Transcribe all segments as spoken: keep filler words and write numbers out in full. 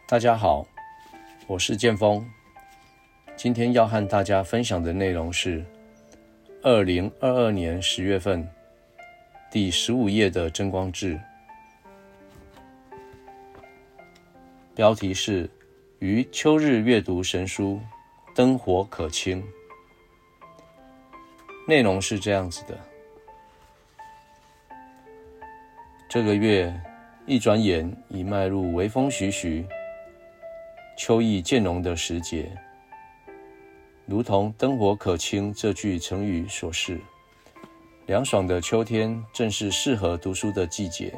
大家好，我是建峰。今天要和大家分享的内容是二零二二年十月份第十五页的真光志，标题是于秋日阅读神书，灯火可亲。内容是这样子的：这个月一转眼已迈入微风徐徐、秋意渐浓的时节，如同灯火可亲这句成语所示，凉爽的秋天正是适合读书的季节。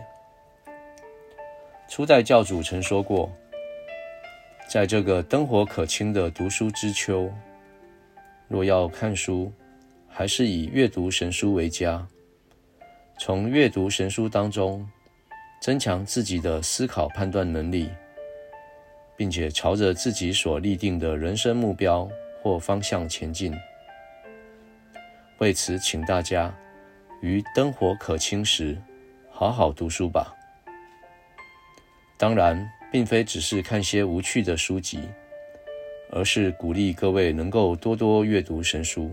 初代教主曾说过，在这个灯火可亲的读书之秋，若要看书，还是以阅读神书为佳。从阅读神书当中，增强自己的思考判断能力，并且朝着自己所立定的人生目标或方向前进。为此，请大家于灯火可亲时，好好读书吧。当然，并非只是看些无趣的书籍，而是鼓励各位能够多多阅读神书。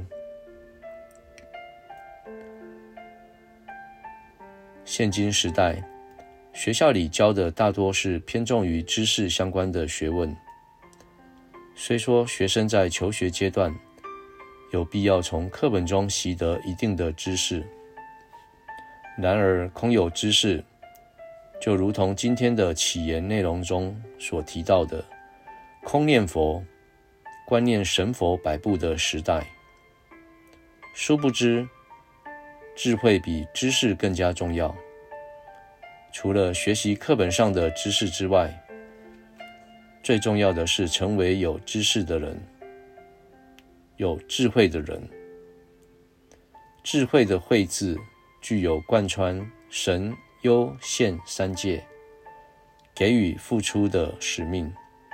现今时代，学校里教的大多是偏重于知识相关的学问。虽说学生在求学阶段有必要从课本中习得一定的知识，然而空有知识，就如同今天的启言内容中所提到的，空念佛、观念神佛摆布的时代。殊不知，智慧比知识更加重要。除了学习课本上的知识之外，最重要的是成为有知识的人，有智慧的人。智慧的慧字具有贯穿神、幽、现三界，给予付出的使命。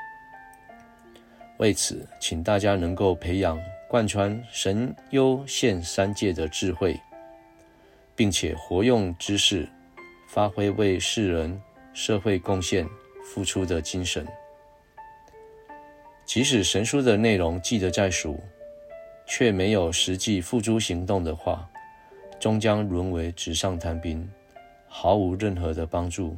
为此，请大家能够培养贯穿神、幽、现三界的智慧，并且活用知识，发挥为世人、社会贡献、付出的精神。即使神书的内容记得再熟，却没有实际付诸行动的话，终将沦为纸上谈兵，毫无任何的帮助。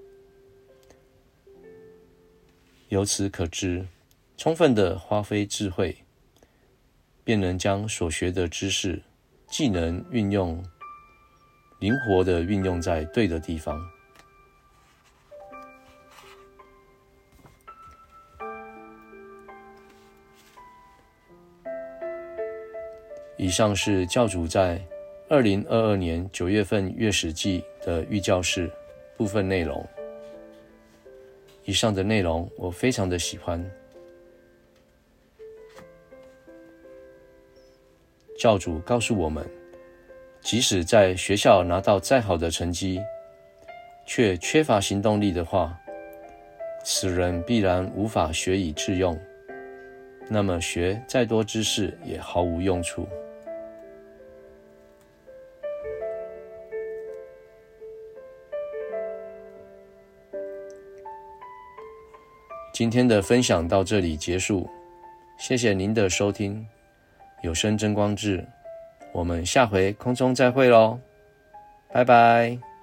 由此可知，充分的发挥智慧，便能将所学的知识、技能运用，灵活地运用在对的地方。以上是教主在二零二二年九月份月史记的御教示部分内容。以上的内容我非常的喜欢。教主告诉我们，即使在学校拿到再好的成绩，却缺乏行动力的话，此人必然无法学以致用，那么学再多知识也毫无用处。今天的分享到这里结束，谢谢您的收听，有声真光志，我们下回空中再会咯，拜拜。